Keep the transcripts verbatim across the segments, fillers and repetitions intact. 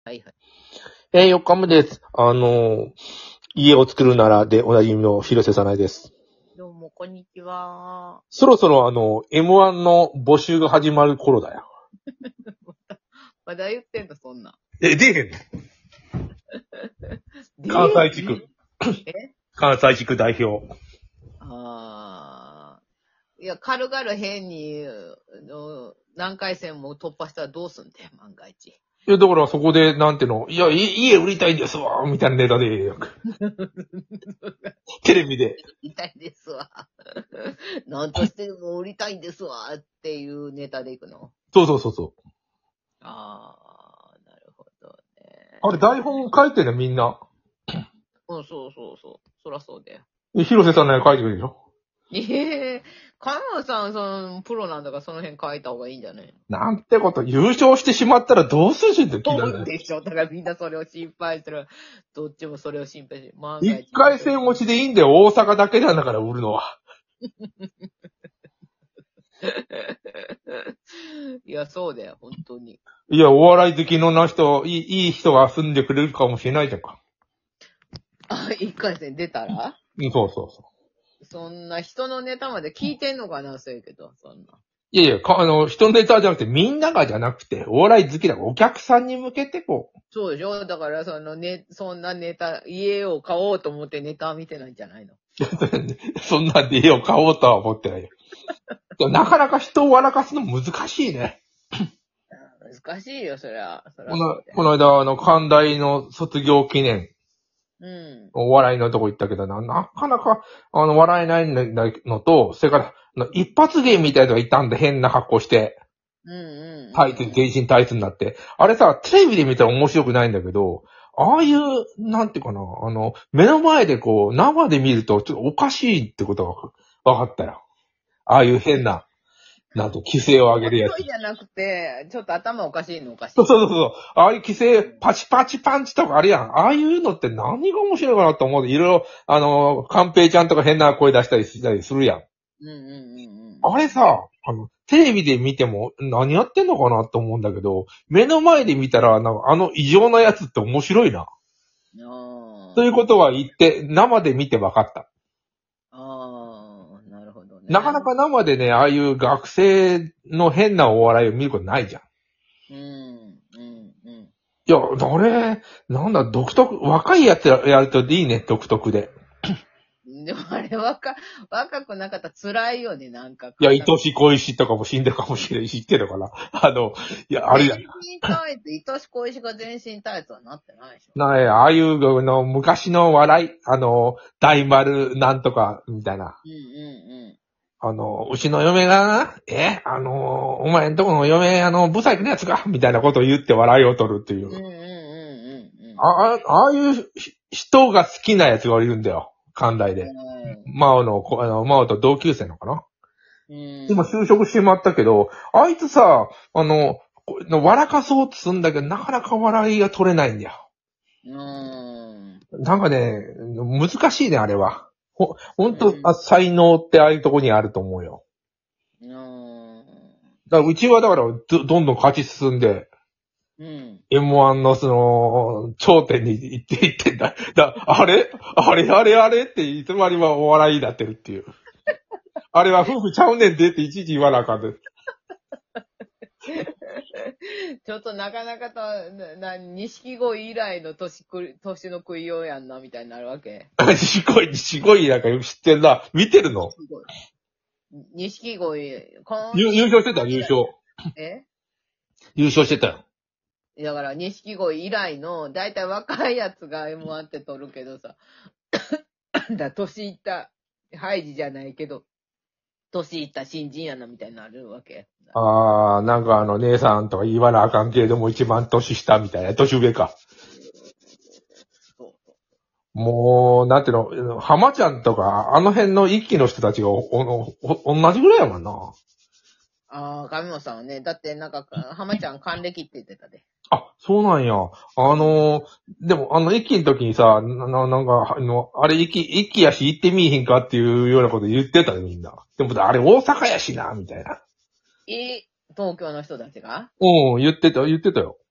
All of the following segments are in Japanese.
はいはい。 えー、よっかめです。あのー、家を作るならでおなじみの広瀬さないです。 どうも、こんにちは。 そろそろあの、エムワン の募集が始まる頃だよ。 まだ言ってんの、そんなん。 え、出えへんので関西地区。 え関西地区代表。 ああ。いや、軽々変に、の何回戦も突破したらどうすんだよ、万が一。 いや、だからそこで、なんていうの、いや、い家売りたいんですわ、みたいなネタでええやんか。テレビで。 売りたいですわ。なんとしても売りたいんですわ、っていうネタでいくの。 そうそうそうそう。 ああ、なるほどね。 あれ、台本書いてんのみんな。 うん、そうそうそう。そらそうだよ。 広瀬さんの絵書いてくるでしょ。 ええカモさん、その、プロなんだからその辺書いた方がいいんじゃないの？ なんてこと、優勝してしまったらどうするんだよ、気そになる。 うでしょ。だからみんなそれを心配する。どっちもそれを心配してる。万が一一。 回戦落ちでいいんだよ、大阪だけなんだから売るのは。 いや、そうだよ、本当に。 いや、お笑い好きのな人、いい、いい人が住んでくれるかもしれないじゃんか。 あ、一回戦出たらうん、そうそうそう。 そんな人のネタまで聞いてんのかな、そうやけど、そんな。 いやいや、かあの、人のネタじゃなくて、みんながじゃなくて、お笑い好きだから、お客さんに向けてこう。 そうでしょ。だから、そのね、そんなネタ、家を買おうと思ってネタ見てないんじゃないの？ そんなんで家を買おうとは思ってないよ。でもなかなか人を笑かすの難しいね。 難しいよ、そりゃ。そりこの、 ゃそうだよ。 この間、あの、関大の卒業記念、 うん。 お笑いのとこ行ったけどな、なかなか、あの、笑えないのと、それから、あの一発芸みたいなのがいたんで、変な格好して。 うんうんうん。 タイツ、全身タイツになって。あれさ、テレビで見たら面白くないんだけど、ああいう、なんていうかな、あの、目の前でこう、生で見ると、ちょっとおかしいってことが分かったよ。ああいう変な、なんと、規制を上げるやつ。 面白いじゃなくて、ちょっと頭おかしいのおかしい。 そうそうそうそう。ああいう規制、パチパチパンチとかあるやん。ああいうのって何が面白いかなと思う。いろいろ、あの、カンペイちゃんとか変な声出したりしたりするやん。 うんうんうんうん。 あれさ、あの、テレビで見ても何やってんのかなと思うんだけど、目の前で見たら、なんかあの異常なやつって面白いな。 あということは言って、生で見て分かった。 あ、ああ、なるほどね。 なかなか生でね、ああいう学生の変なお笑いを見ることないじゃん。 うん、うん、うん。 いや、あれ、なんだ、独特、若いやつやるといいね、独特で。 でもあれ若、若くなかったら辛いよね、なんか。 いや、愛しい恋しいとかも死んでるかもしれんし、知ってるのかな。あの、いや、あれだ。 全身タイツ、愛し恋しが全身タイツはなってないでしょ。 なえ、ああいうの昔の笑い、あの、大丸なんとか、みたいな。 うんうんあの、うちの嫁がな、え、あの、お前んとこの嫁、あの、ブサイクなやつかみたいなことを言って笑いを取るっていう。 うん。うんうんうんうんうん。 ああ、ああいう人が好きなやつがいるんだよ。関大で。マオの、こあの、マオと同級生のかな、 うん。 今就職してまったけど、あいつさ、あの、こ笑かそうとするんだけど、なかなか笑いが取れないんだよ。 うん。 なんかね、難しいね、あれは。ほ、ほんと、 うんあ、才能ってああいうとこにあると思うよ。 うん。 だからうちはだからど、どんどん勝ち進んで、 うん。 エムワン のその、頂点に行っていってんだ。だ、あれあれあれあれっていつまにはお笑いになってるっていう。あれは夫婦ちゃうねんでっていちいち言わなあかんで。 ちょっとなかなかと、な、錦鯉以来の年く、年の食いようやんな、みたいになるわけ。 すごい、すごいなんかよく知ってんな。見てるの錦鯉、こん優優勝してた、優勝。 え優勝してたよ。 だから、錦鯉以来の、だいたい若いやつが エムワン って取るけどさ、だ、年いった、ハイジじゃないけど、年いった新人やな、みたいになるわけ。 あー、なんかあの、姉さんとか言わなあかんけれども一番年下みたいな、年上か。 そうそう。 もう、なんていうの、浜ちゃんとか、あの辺の一期の人たちがお、お、お、同じぐらいやもんな。 ああ、上本さんはね、だってなんか、浜ちゃん還暦って言ってたで。 あ、そうなんや。あのー、でも、あの、一期の時にさ、な、ななんか、あの、あれ、一期、一期やし行ってみいひんかっていうようなこと言ってたね、みんな。でも、あれ、大阪やしな、みたいな。 え、東京の人たちがうん、言ってた、言ってたよ。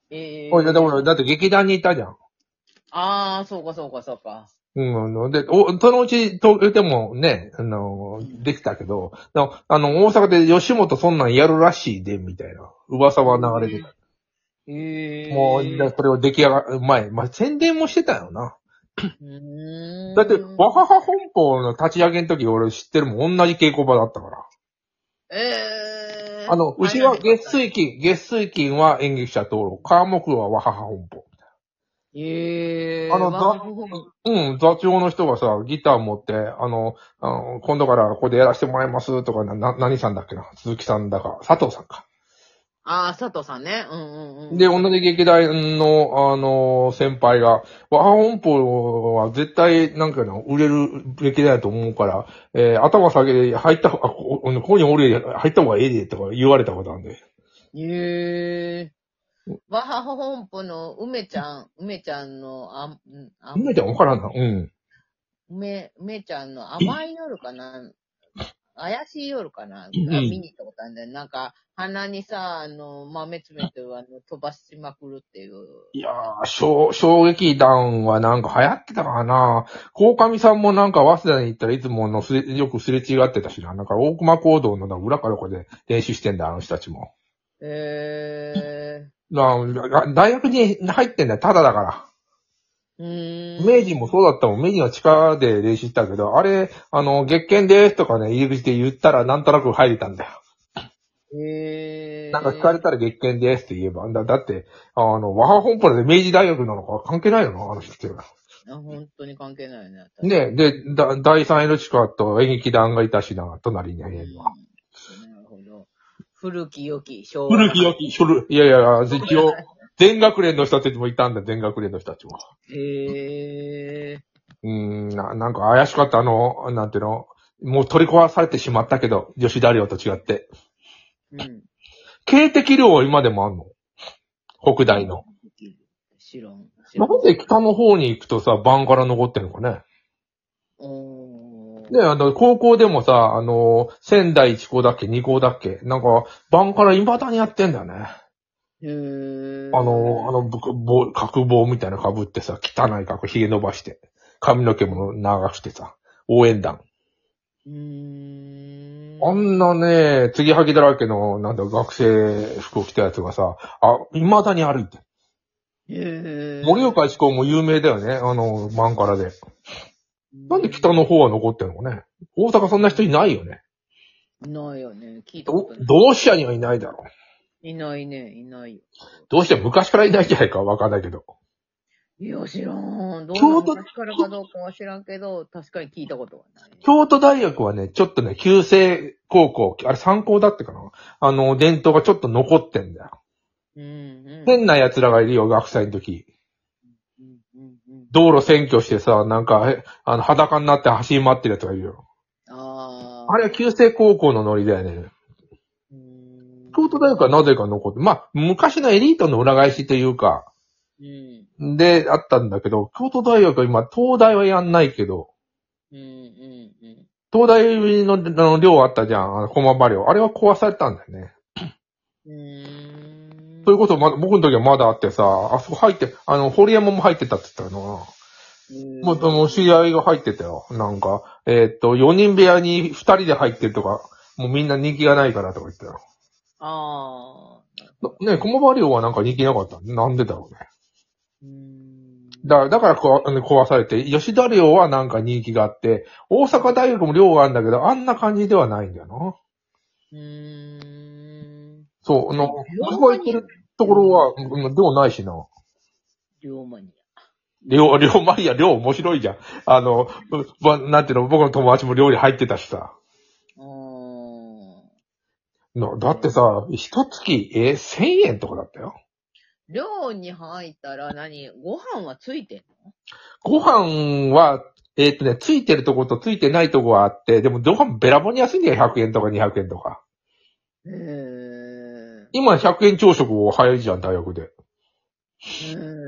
えおい、でも、だって劇団にいたじゃん。 ああ、そうかそうかそうか。 うん。で、お、そのうち東京でもね、あの、できたけど、あの、大阪で吉本そんなんやるらしいで、みたいな噂は流れてた。 へえ。 もう、だそれを出来上がる前、まあ、宣伝もしてたよな。 うーん。 だって、わはは本舗の立ち上げの時俺知ってるもん、同じ稽古場だったから。 ええー。 あの、うちは月水金、月水金は演劇者登録、川木はわはは本舗。 ええー。 あの、 わざ、うん、座長の人がさ、ギター持って、あの、あの今度からここでやらせてもらいますとか、な、な、何さんだっけな、鈴木さんだか、佐藤さんか。 ああ、佐藤さんね。うんうんうん。 で、同じ劇団の、あの、先輩が、和ハ本舗は絶対、なんかの、売れる劇団だと思うから、えー、頭下げて入った、あ、こここにおるで、入った方がええで、とか言われたことあるんで。 へえ。わはは本舗の梅ちゃん、梅ちゃんの、あ、ん、あ、 梅ちゃんわからんな。うん。 梅、梅ちゃんの甘い夜かな怪しい夜かな、あ、 うん見に行ったことあるんだよ。なんか、鼻にさ、あの、豆詰めて、あの、飛ばしまくるっていう。 いやー、衝衝撃弾はなんか流行ってたからな。鴻上さんもなんか早稲田に行ったらいつものすれ、よくすれ違ってたしな。なんか大熊講堂の裏かどこで練習してんだ、あの人たちも。 へえな大学に入ってんだよ、ただだから。 ー。うーん。 明治もそうだったもん。明治は地下で練習したけど、あれ、あの、月券ですとかね、入り口で言ったらなんとなく入れたんだよ。 へえー。 なんか聞かれたら月券ですって言えば。だだって、あの、和ハ本舗で明治大学なのか関係ないよな、あの人っていうのは。 あ、本当に関係ないね。 ねで、だ、第三エロチカと演劇団がいたしな、隣に部屋には。 なるほど。古き良き昭和。 古き良き、古、いやいや、一応、全学連の人たちもいたんだ、全学連の人たちも。 へえ。 うーん、な、なんか怪しかった、あの、なんていうの、もう取り壊されてしまったけど、吉田寮と違って。 うん。 警笛寮は今でもあんの？北大の。 知らん。 なんで北の方に行くとさ、バンから残ってんのかね。 おー。 で、あの、高校でもさ、あの、仙台一校だっけ、二校だっけ、なんか、バンから未だにやってんだよね。 へー。 あの、あの、ぶ棒、角棒みたいな被ってさ、汚い角、髭伸ばして、髪の毛も長くしてさ、応援団。 うーん。 あんなね、継ぎはぎだらけの、なんだ、学生服を着たやつがさ、あ、未だに歩いて。 へー。 盛岡一高も有名だよね、あの、バンからで。なんで北の方は残ってるのね。大阪そんな人いないよね。 いないよね。聞いたことない。 同志社にはいないだろう。 いないね。いないよ。 どうして昔からいないんじゃないかわかんないけど。 いや、知らん。どう京都な昔からかどうかは知らんけど、確かに聞いたことはない。 京都大学はね、ちょっとね、旧制高校、あれ三高だってかな、あの、伝統がちょっと残ってんだよ。 うんうん。 変な奴らがいるよ、学祭の時。 うんうんうん。 道路占拠してさ、なんか、えあの、裸になって走り回ってる奴がいるよ。 ああ。 あれは旧制高校のノリだよね。 うーん。 京都大学はなぜか残って、まあ、昔のエリートの裏返しというか、 うん。 で、あったんだけど、京都大学は今、東大はやんないけど、 うんうんうん。 東大の、あの寮あったじゃん、あの、駒場寮。あれは壊されたんだよね。 うーん。 そういうことまだ、僕の時はまだあってさ、あそこ入って、あの、堀山も入ってたって言ったのかな。もう、もう知り合いが入ってたよ。なんか、えーっと、よにん部屋にふたりで入ってるとか、もうみんな人気がないからとか言ってたよ。 ああ。 ね、駒場寮はなんか人気なかった。なんでだろうね。 うーん。 だだからこわ壊されて、吉田寮はなんか人気があって、大阪大学も寮があるんだけど、あんな感じではないんだよな。 うーん。 そう、あの、 寮僕が行ってるところは、うん寮ないしな。 寮マニア。 寮、寮マリア、寮面白いじゃん。あの、うまなんていうの、僕の友達も寮に入ってたしさ。 あー。 なだってさ、一月、えー、せんえんとかだったよ。 寮に入ったら何ご飯はついてんの？ ご飯は、えーっとね、ついてるとことついてないとこがあって、でもご飯べらぼうに安いんだよ、ひゃくえんとかにひゃくえんとか。 へー。 今ひゃくえん朝食を早いじゃん、大学で。 うん。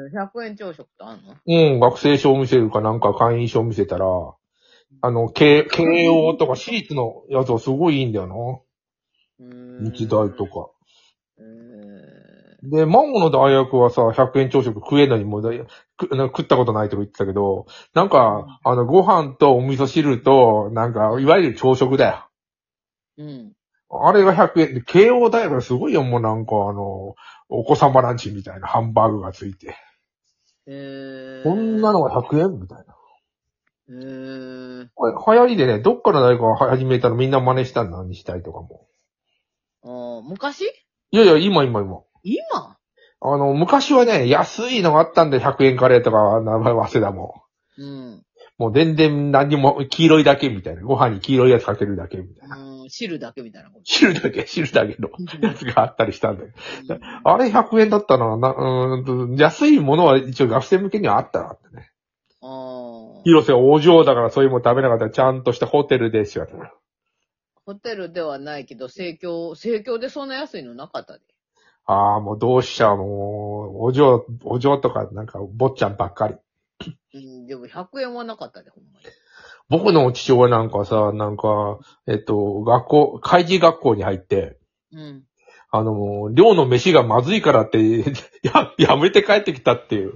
ひゃくえん朝食ってあんの？ うん、学生証見せるかなんか会員証見せたら、あの、慶、慶応とか私立のやつはすごいいいんだよな。 うーん。 日大とか。 うーん。 で、マンゴーの大学はさ、ひゃくえん朝食食えんのにもうだいくなんか食ったことないとか言ってたけど、なんか、あの、ご飯とお味噌汁と、なんか、いわゆる朝食だよ。 うん。 あれがひゃくえんで、慶応大学すごいよ、もうなんかあの、お子様ランチみたいなハンバーグがついて。 へー。 こんなのがひゃくえんみたいな。 へー。 これ流行りでね、どっから誰かが始めたらみんな真似したんだ、にしたいとかも。 あー昔いやいや、今今今。 今あの、昔はね、安いのがあったんでひゃくえんカレーとか、名前忘れだもうん。 ん。もう全然何にも、黄色いだけみたいな。ご飯に黄色いやつかけるだけみたいな。 うん、汁だけみたいなこと。 汁だけ、汁だけのやつがあったりしたんだよ。 うんあれひゃくえんだったな。なうーんと安いものは一応学生向けにはあったなってね。 あー広瀬お嬢だからそういうもの食べなかったらちゃんとしたホテルでしよ。 ホテルではないけど、生協、生協でそんな安いのなかったで。 ああ、もうどうしちゃう、もう、お嬢、お嬢とかなんか坊ちゃんばっかり。 うん、でもひゃくえんはなかったで、ほんまに。 僕の父親なんかさ、なんか、えっと、学校、開示学校に入って、 うん。 あの、寮の飯がまずいからって、や、やめて帰ってきたっていう。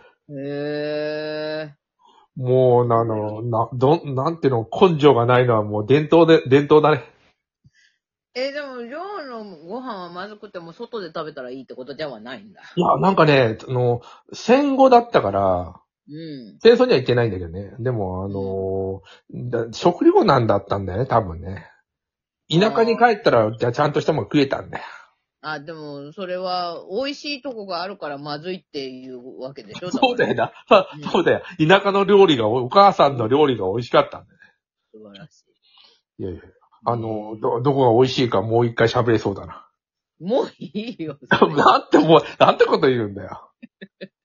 へえ。 もう、あの、な、ど、なんていうの、根性がないのはもう伝統で、伝統だね。 え、でも、寮のご飯はまずくても外で食べたらいいってことではないんだ。 いや、なんかね、あの、戦後だったから、 うん。 戦争には行ってないんだけどね。でも、あの、だ食料難だったんだよね、多分ね。田舎に帰ったら、じゃあちゃんとしたもの食えたんだよ。 あ、でも、それは、美味しいとこがあるからまずいっていうわけでしょ。 そうだよな。 な。 うんそうだよ。田舎の料理が、お母さんの料理が美味しかったんだよね。 素晴らしいやいや。あの、ど、どこが美味しいかもう一回喋れそうだな。 い。もういいよ。それなんてもう、なんてこと言うんだよ。